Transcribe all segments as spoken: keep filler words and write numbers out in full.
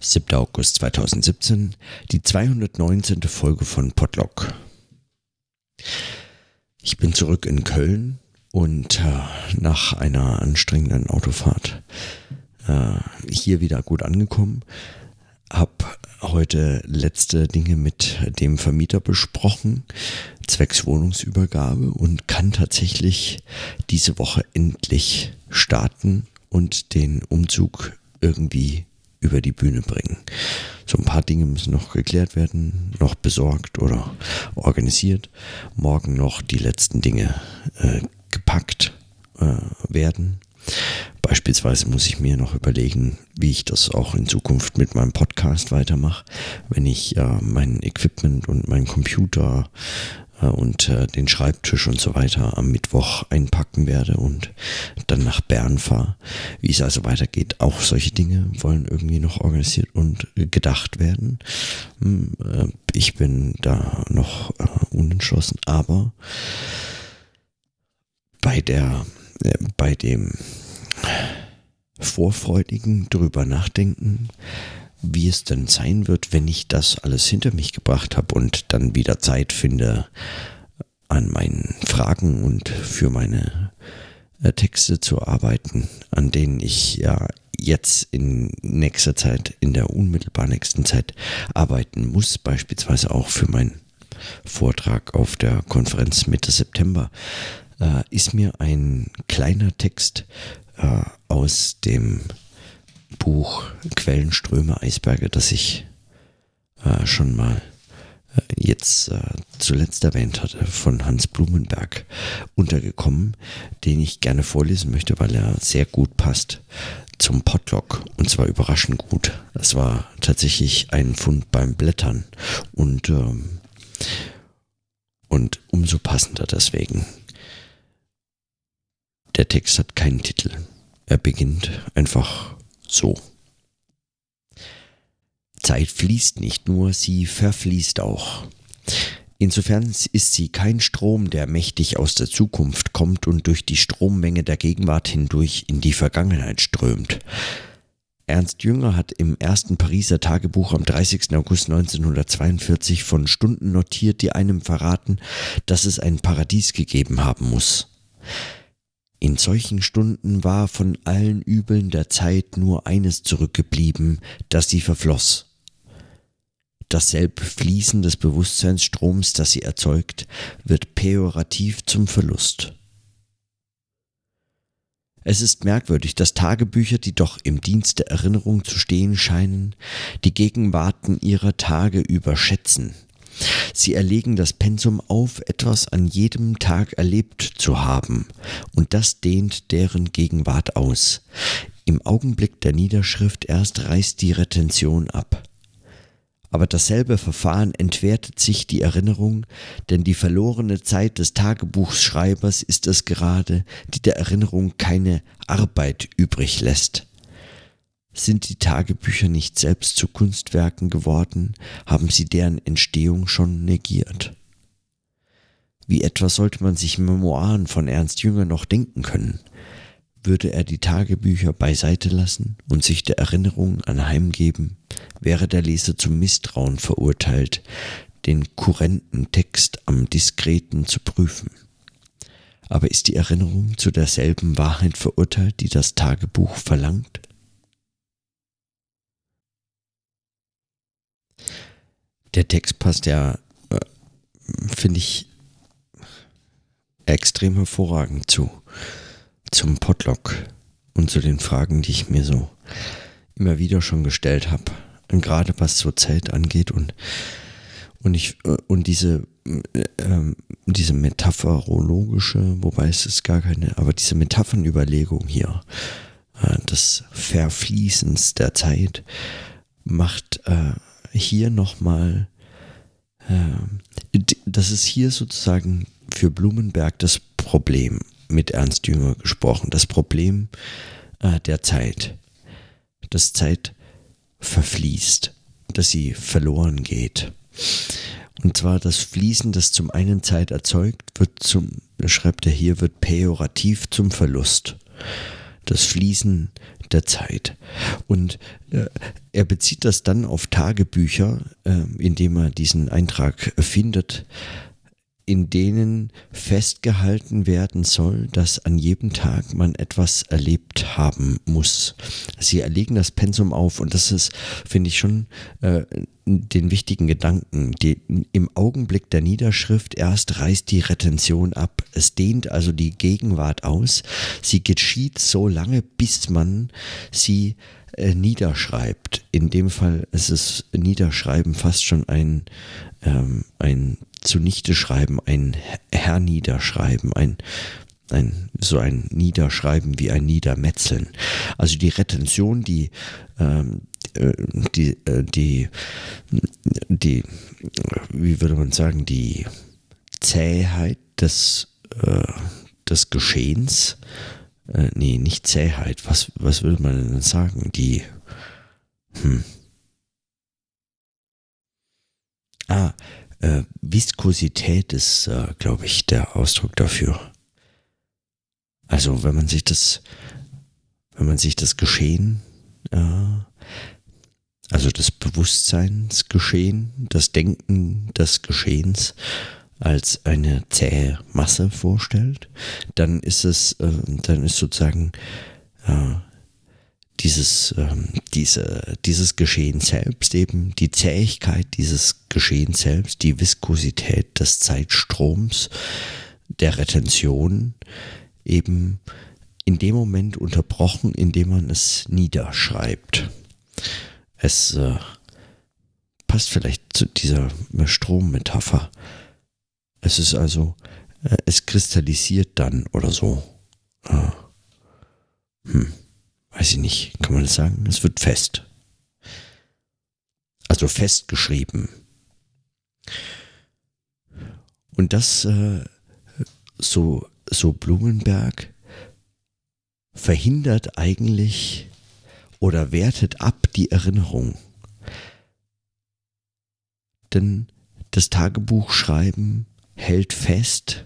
siebter August zweitausendsiebzehn, die zweihundertneunzehnte Folge von Podlog. Ich bin zurück in Köln und äh, nach einer anstrengenden Autofahrt äh, hier wieder gut angekommen. Hab heute letzte Dinge mit dem Vermieter besprochen, zwecks Wohnungsübergabe, und kann tatsächlich diese Woche endlich starten und den Umzug irgendwie über die Bühne bringen. So ein paar Dinge müssen noch geklärt werden, noch besorgt oder organisiert. Morgen noch die letzten Dinge äh, gepackt äh, werden. Beispielsweise muss ich mir noch überlegen, wie ich das auch in Zukunft mit meinem Podcast weitermache, wenn ich äh, mein Equipment und meinen Computer äh, und äh, den Schreibtisch und so weiter am Mittwoch einpacken werde und dann nach Bern fahre. Wie es also weitergeht, auch solche Dinge wollen irgendwie noch organisiert und gedacht werden. Hm, äh, ich bin da noch äh, unentschlossen, aber bei der äh, bei dem vorfreudigen drüber nachdenken, wie es denn sein wird, wenn ich das alles hinter mich gebracht habe und dann wieder Zeit finde, an meinen Fragen und für meine äh, Texte zu arbeiten, an denen ich ja jetzt in nächster Zeit, in der unmittelbar nächsten Zeit arbeiten muss, beispielsweise auch für meinen Vortrag auf der Konferenz Mitte September, äh, ist mir ein kleiner Text äh, aus dem Buch Quellenströme, Eisberge, das ich äh, schon mal äh, jetzt äh, zuletzt erwähnt hatte, von Hans Blumenberg untergekommen, den ich gerne vorlesen möchte, weil er sehr gut passt zum Podlog, und zwar überraschend gut. Das war tatsächlich ein Fund beim Blättern und, ähm, und umso passender deswegen. Der Text hat keinen Titel. Er beginnt einfach so. Zeit fließt nicht nur, sie verfließt auch. Insofern ist sie kein Strom, der mächtig aus der Zukunft kommt und durch die Strommenge der Gegenwart hindurch in die Vergangenheit strömt. Ernst Jünger hat im ersten Pariser Tagebuch am dreißigsten August neunzehnhundertzweiundvierzig von Stunden notiert, die einem verraten, dass es ein Paradies gegeben haben muss. In solchen Stunden war von allen Übeln der Zeit nur eines zurückgeblieben, das sie verfloss. Dasselbe Fließen des Bewusstseinsstroms, das sie erzeugt, wird pejorativ zum Verlust. Es ist merkwürdig, dass Tagebücher, die doch im Dienst der Erinnerung zu stehen scheinen, die Gegenwarten ihrer Tage überschätzen. Sie erlegen das Pensum auf, etwas an jedem Tag erlebt zu haben, und das dehnt deren Gegenwart aus. Im Augenblick der Niederschrift erst reißt die Retention ab. Aber dasselbe Verfahren entwertet sich die Erinnerung, denn die verlorene Zeit des Tagebuchschreibers ist es gerade, die der Erinnerung keine Arbeit übrig lässt. Sind die Tagebücher nicht selbst zu Kunstwerken geworden, haben sie deren Entstehung schon negiert. Wie etwa sollte man sich Memoiren von Ernst Jünger noch denken können? Würde er die Tagebücher beiseite lassen und sich der Erinnerung anheimgeben, wäre der Leser zum Misstrauen verurteilt, den kurrenten Text am Diskreten zu prüfen. Aber ist die Erinnerung zu derselben Wahrheit verurteilt, die das Tagebuch verlangt? Der Text passt ja, äh, finde ich, extrem hervorragend zu, zum Podlog und zu den Fragen, die ich mir so immer wieder schon gestellt habe, gerade was so Zeit angeht und, und, ich, und diese, äh, diese metaphorologische, wobei es ist gar keine, aber diese Metaphernüberlegung hier, äh, des Verfließens der Zeit, macht äh, hier nochmal, äh, das ist hier sozusagen für Blumenberg das Problem, mit Ernst Jünger gesprochen, das Problem äh, der Zeit, dass Zeit verfließt, dass sie verloren geht. Und zwar das Fließen, das zum einen Zeit erzeugt, wird zum, schreibt er hier, wird pejorativ zum Verlust. das Fließen der Zeit. Und äh, er bezieht das dann auf Tagebücher, äh, indem er diesen Eintrag findet, in denen festgehalten werden soll, dass an jedem Tag man etwas erlebt haben muss. Sie erlegen das Pensum auf und das ist, finde ich, schon äh, den wichtigen Gedanken. Die, im Augenblick der Niederschrift erst reißt die Retention ab. Es dehnt also die Gegenwart aus. Sie geschieht so lange, bis man sie äh, niederschreibt. In dem Fall ist es Niederschreiben fast schon ein, ähm, ein zunichte schreiben, ein Herniederschreiben, ein, ein, so ein Niederschreiben wie ein Niedermetzeln. Also die Retention, die, ähm, die, die, die, wie würde man sagen, die Zähheit des, äh, des Geschehens, äh, nee, nicht Zähheit, was, was würde man denn sagen, die, hm, ah, Äh, Viskosität ist, äh, glaube ich, der Ausdruck dafür. Also wenn man sich das, wenn man sich das Geschehen, äh, also das Bewusstseinsgeschehen, das Denken des Geschehens als eine zähe Masse vorstellt, dann ist es, äh, dann ist sozusagen äh, Dieses, ähm, diese, dieses Geschehen selbst, eben die Zähigkeit dieses Geschehens selbst, die Viskosität des Zeitstroms, der Retention, eben in dem Moment unterbrochen, in dem man es niederschreibt. Es äh, passt vielleicht zu dieser Strommetapher. Es ist also, äh, es kristallisiert dann oder so. Äh, hm. Weiß ich nicht, kann man das sagen? Es wird fest. Also festgeschrieben. Und das, äh, so, so Blumenberg, verhindert eigentlich oder wertet ab die Erinnerung. Denn das Tagebuchschreiben hält fest,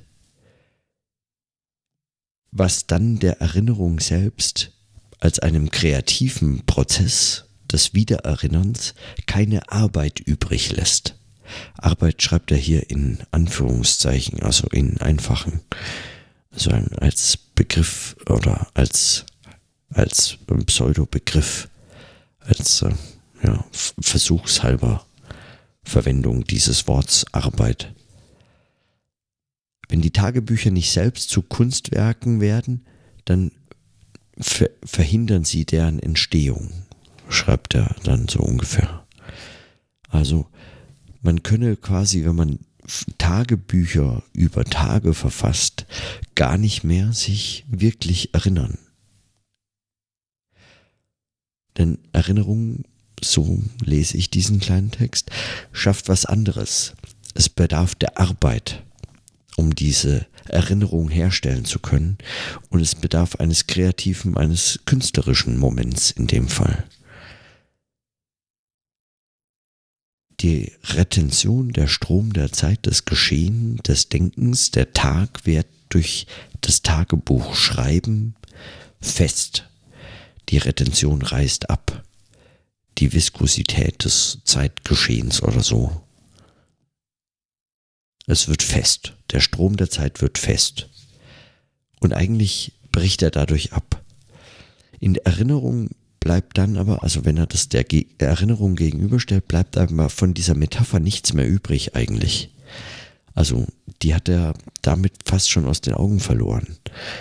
was dann der Erinnerung selbst als einem kreativen Prozess des Wiedererinnerns keine Arbeit übrig lässt. Arbeit schreibt er hier in Anführungszeichen, also in einfachen, also als Begriff oder als, als Pseudobegriff, als äh, ja, versuchshalber Verwendung dieses Worts Arbeit. Wenn die Tagebücher nicht selbst zu Kunstwerken werden, dann ver- verhindern sie deren Entstehung, schreibt er dann so ungefähr. Also man könne quasi, wenn man Tagebücher über Tage verfasst, gar nicht mehr sich wirklich erinnern. Denn Erinnerung, so lese ich diesen kleinen Text, schafft was anderes. Es bedarf der Arbeit, um diese Erinnerung herstellen zu können, und es bedarf eines kreativen, eines künstlerischen Moments in dem Fall. Die Retention, der Strom der Zeit, des Geschehen, des Denkens, der Tag wird durch das Tagebuchschreiben fest. Die Retention reißt ab. Die Viskosität des Zeitgeschehens oder so. Es wird fest. Der Strom der Zeit wird fest. Und eigentlich bricht er dadurch ab. In der Erinnerung bleibt dann aber, also wenn er das der Ge- Erinnerung gegenüberstellt, bleibt aber von dieser Metapher nichts mehr übrig eigentlich. Also die hat er damit fast schon aus den Augen verloren.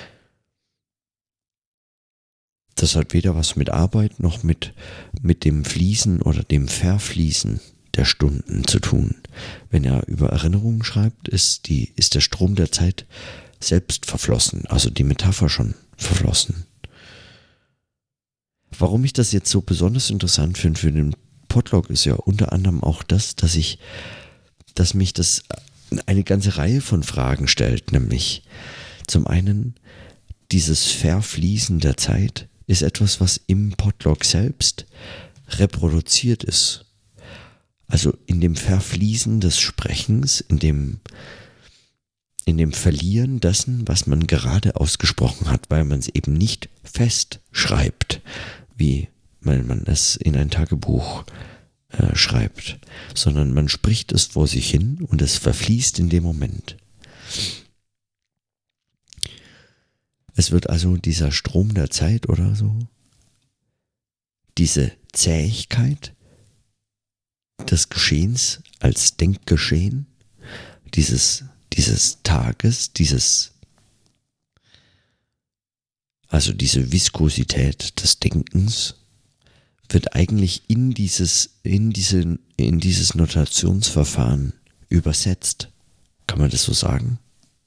Das hat weder was mit Arbeit noch mit, mit dem Fließen oder dem Verfließen der Stunden zu tun. Wenn er über Erinnerungen schreibt, ist, die, ist der Strom der Zeit selbst verflossen, also die Metapher schon verflossen. Warum ich das jetzt so besonders interessant finde für den Podlog, ist ja unter anderem auch das, dass ich, dass mich das eine ganze Reihe von Fragen stellt, nämlich zum einen dieses Verfließen der Zeit ist etwas, was im Podlog selbst reproduziert ist. Also in dem Verfließen des Sprechens, in dem, in dem Verlieren dessen, was man gerade ausgesprochen hat, weil man es eben nicht festschreibt, wie wenn man es in ein Tagebuch äh, schreibt, sondern man spricht es vor sich hin und es verfließt in dem Moment. Es wird also dieser Strom der Zeit oder so, diese Zähigkeit des Geschehens als Denkgeschehen, dieses, dieses Tages, dieses, also diese Viskosität des Denkens, wird eigentlich in dieses, in diese, in dieses Notationsverfahren übersetzt. Kann man das so sagen?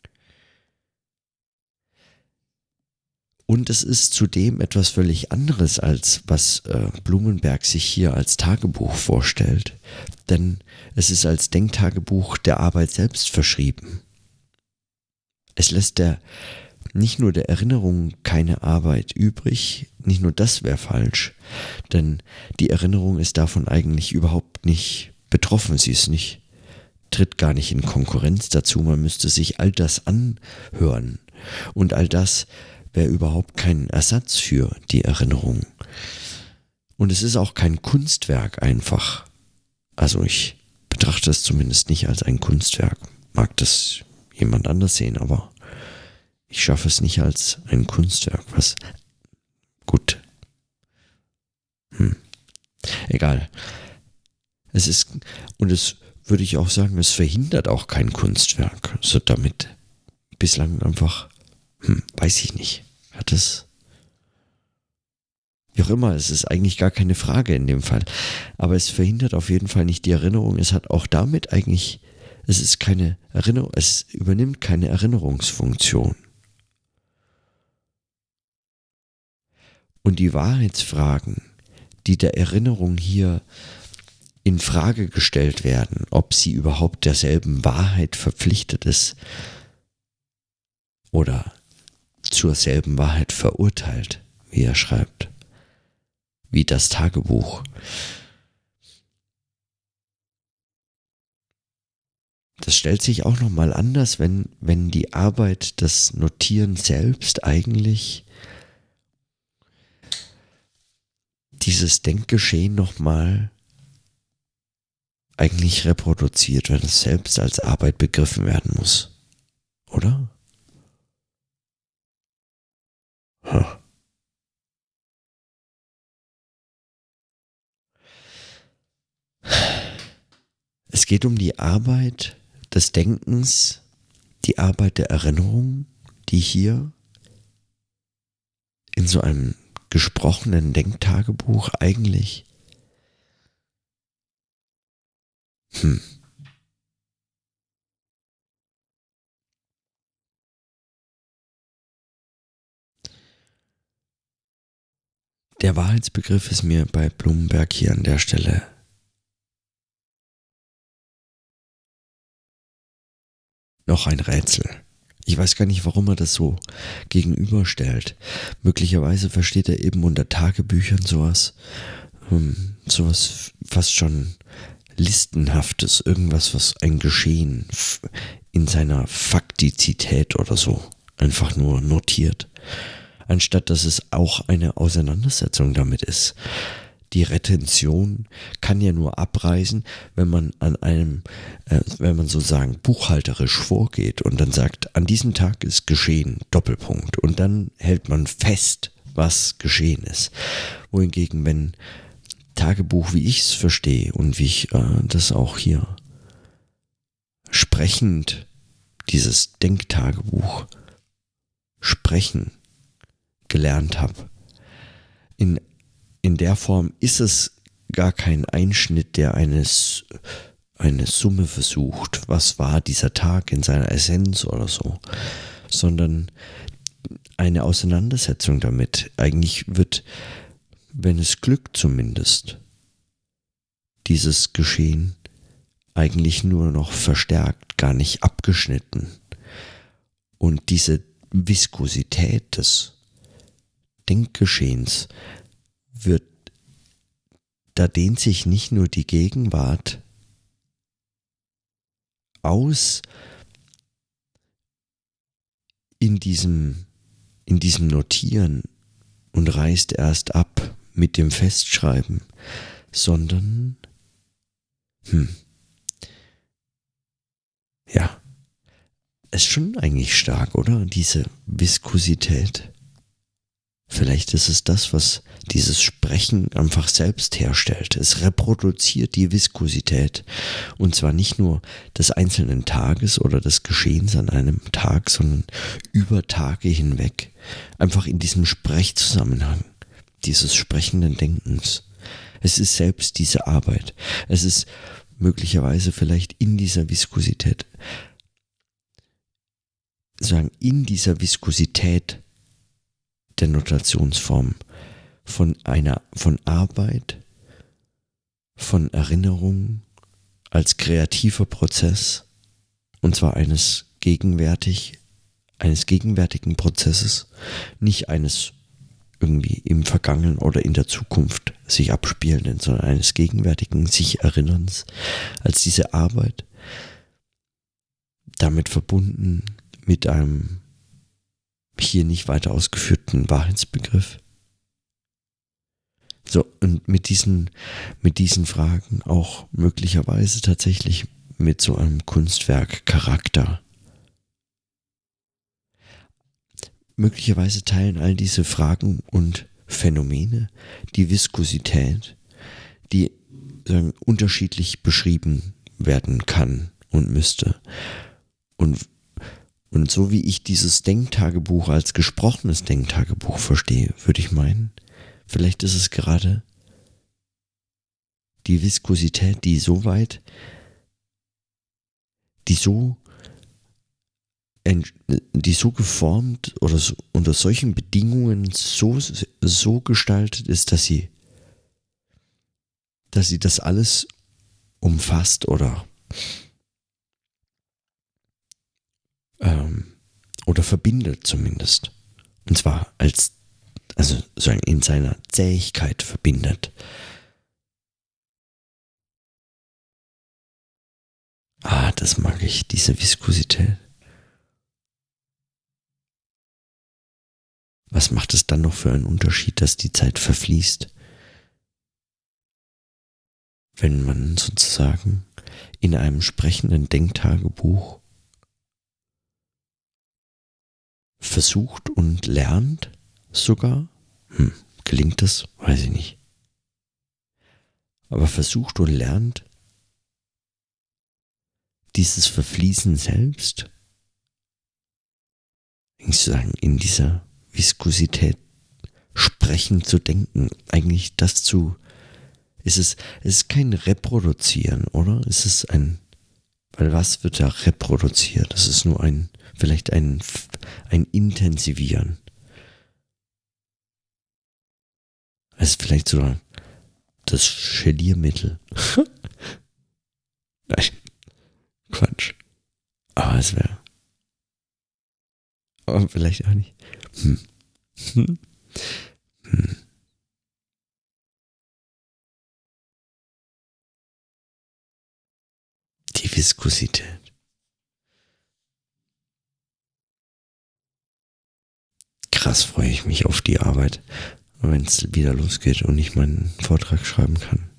Und es ist zudem etwas völlig anderes, als was äh, Blumenberg sich hier als Tagebuch vorstellt. Denn es ist als Denktagebuch der Arbeit selbst verschrieben. Es lässt der, nicht nur der Erinnerung keine Arbeit übrig, nicht nur das wäre falsch, denn die Erinnerung ist davon eigentlich überhaupt nicht betroffen. Sie ist nicht, tritt gar nicht in Konkurrenz dazu. Man müsste sich all das anhören und all das wäre überhaupt kein Ersatz für die Erinnerung. Und es ist auch kein Kunstwerk einfach. Also ich betrachte es zumindest nicht als ein Kunstwerk. Mag das jemand anders sehen, aber ich schaffe es nicht als ein Kunstwerk. Was? Gut. Hm. Egal. Es ist, und es würde ich auch sagen, es verhindert auch kein Kunstwerk. So damit bislang einfach Hm, weiß ich nicht. Hat es. Wie auch immer, es ist eigentlich gar keine Frage in dem Fall. Aber es verhindert auf jeden Fall nicht die Erinnerung. Es hat auch damit eigentlich, es ist keine Erinnerung, es übernimmt keine Erinnerungsfunktion. Und die Wahrheitsfragen, die der Erinnerung hier in Frage gestellt werden, ob sie überhaupt derselben Wahrheit verpflichtet ist oder zur selben Wahrheit verurteilt, wie er schreibt, wie das Tagebuch. Das stellt sich auch nochmal anders, wenn, wenn die Arbeit des Notierens selbst eigentlich dieses Denkgeschehen nochmal eigentlich reproduziert, wenn es selbst als Arbeit begriffen werden muss. Oder? Huh. Es geht um die Arbeit des Denkens, die Arbeit der Erinnerung, die hier in so einem gesprochenen Denktagebuch eigentlich hm, der Wahrheitsbegriff ist mir bei Blumenberg hier an der Stelle noch ein Rätsel. Ich weiß gar nicht, warum er das so gegenüberstellt. Möglicherweise versteht er eben unter Tagebüchern sowas, hm, sowas fast schon Listenhaftes, irgendwas, was ein Geschehen in seiner Faktizität oder so einfach nur notiert, anstatt dass es auch eine Auseinandersetzung damit ist. Die Retention kann ja nur abreißen, wenn man an einem, äh, wenn man sozusagen buchhalterisch vorgeht und dann sagt, an diesem Tag ist geschehen, Doppelpunkt. Und dann hält man fest, was geschehen ist. Wohingegen, wenn Tagebuch, wie ich es verstehe und wie ich äh, das auch hier sprechend, dieses Denktagebuch sprechen gelernt habe, in In der Form ist es gar kein Einschnitt, der eines, eine Summe versucht, was war dieser Tag in seiner Essenz oder so, sondern eine Auseinandersetzung damit. Eigentlich wird, wenn es glückt zumindest, dieses Geschehen eigentlich nur noch verstärkt, gar nicht abgeschnitten. Und diese Viskosität des Denkgeschehens wird, da dehnt sich nicht nur die Gegenwart aus, in diesem, in diesem Notieren und reißt erst ab mit dem Festschreiben, sondern, hm, ja, ist schon eigentlich stark, oder? Diese Viskosität. Vielleicht ist es das, was dieses Sprechen einfach selbst herstellt. Es reproduziert die Viskosität. Und zwar nicht nur des einzelnen Tages oder des Geschehens an einem Tag, sondern über Tage hinweg. Einfach in diesem Sprechzusammenhang, dieses sprechenden Denkens. Es ist selbst diese Arbeit. Es ist möglicherweise vielleicht in dieser Viskosität, sagen, in dieser Viskosität der Notationsform von einer, von Arbeit, von Erinnerung als kreativer Prozess, und zwar eines gegenwärtig, eines gegenwärtigen Prozesses, nicht eines irgendwie im Vergangenen oder in der Zukunft sich abspielenden, sondern eines gegenwärtigen sich Erinnerns, als diese Arbeit, damit verbunden mit einem hier nicht weiter ausgeführten Wahrheitsbegriff. So, und mit diesen, mit diesen Fragen auch möglicherweise tatsächlich mit so einem Kunstwerkcharakter. Möglicherweise teilen all diese Fragen und Phänomene die Viskosität, die sagen, unterschiedlich beschrieben werden kann und müsste. Und Und so wie ich dieses Denktagebuch als gesprochenes Denktagebuch verstehe, würde ich meinen, vielleicht ist es gerade die Viskosität, die so weit, die so, die so geformt oder so, unter solchen Bedingungen so, so gestaltet ist, dass sie, dass sie das alles umfasst oder ähm, oder verbindet zumindest. Und zwar als, also sozusagen in seiner Zähigkeit verbindet. Ah, das mag ich, diese Viskosität. Was macht es dann noch für einen Unterschied, dass die Zeit verfließt? Wenn man sozusagen in einem sprechenden Denktagebuch versucht und lernt sogar, hm, gelingt das? Weiß ich nicht. Aber versucht und lernt dieses Verfließen selbst, ich sagen, in dieser Viskosität sprechen zu denken, eigentlich das zu, ist es, es ist kein Reproduzieren, oder? Es ist ein, weil was wird da reproduziert? Das ist nur ein, vielleicht ein, ein Intensivieren. Es ist vielleicht sogar das Geliermittel. Nein, Quatsch. Aber es wäre. Aber vielleicht auch nicht. Hm. Hm. Hm. Die Viskosität. Krass freue ich mich auf die Arbeit, wenn es wieder losgeht und ich meinen Vortrag schreiben kann.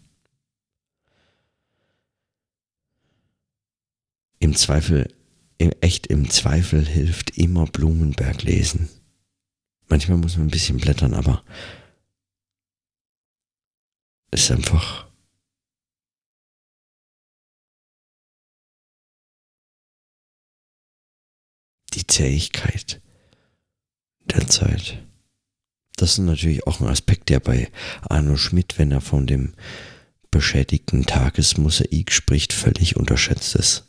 Im Zweifel, echt im Zweifel hilft immer Blumenberg lesen. Manchmal muss man ein bisschen blättern, aber es ist einfach die Zähigkeit der Zeit. Das ist natürlich auch ein Aspekt, der bei Arno Schmidt, wenn er von dem beschädigten Tagesmosaik spricht, völlig unterschätzt ist.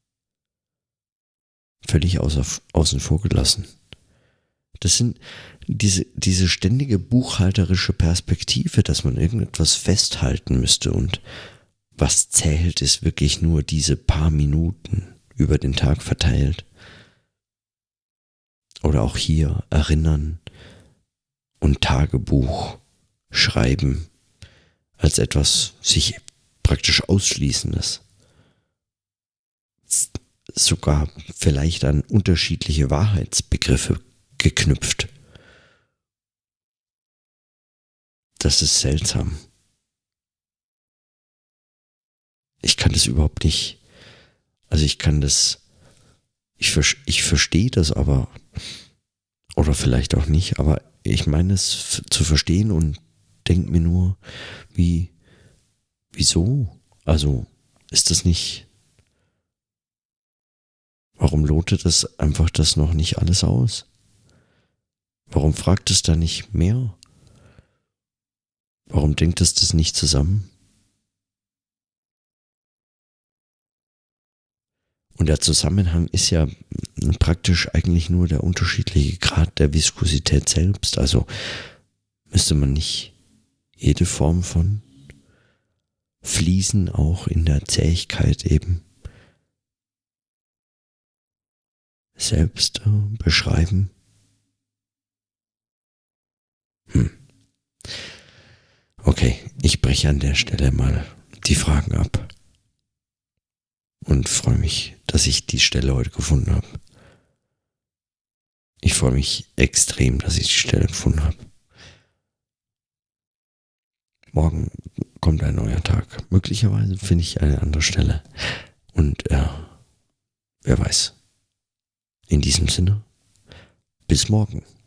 Völlig außer, außen vor gelassen. Das sind diese, diese ständige buchhalterische Perspektive, dass man irgendetwas festhalten müsste und was zählt, ist wirklich nur diese paar Minuten über den Tag verteilt. Oder auch hier erinnern und Tagebuch schreiben als etwas sich praktisch Ausschließendes. sogar vielleicht an unterschiedliche Wahrheitsbegriffe geknüpft. Das ist seltsam. Ich kann das überhaupt nicht, also ich kann das, ich, ich verstehe das aber, oder vielleicht auch nicht, aber ich meine es zu verstehen und denke mir nur, wie, wieso? Also ist das nicht, warum lotet das einfach das noch nicht alles aus? Warum fragt es da nicht mehr? Warum denkt es das nicht zusammen? Und der Zusammenhang ist ja praktisch eigentlich nur der unterschiedliche Grad der Viskosität selbst. Also müsste man nicht jede Form von Fließen auch in der Zähigkeit eben selbst äh, beschreiben? Hm. Okay, ich breche an der Stelle mal die Fragen ab und freue mich, dass ich die Stelle heute gefunden habe. Ich freue mich extrem, dass ich die Stelle gefunden habe. Morgen kommt ein neuer Tag. Möglicherweise finde ich eine andere Stelle. Und äh, wer weiß. In diesem Sinne, bis morgen.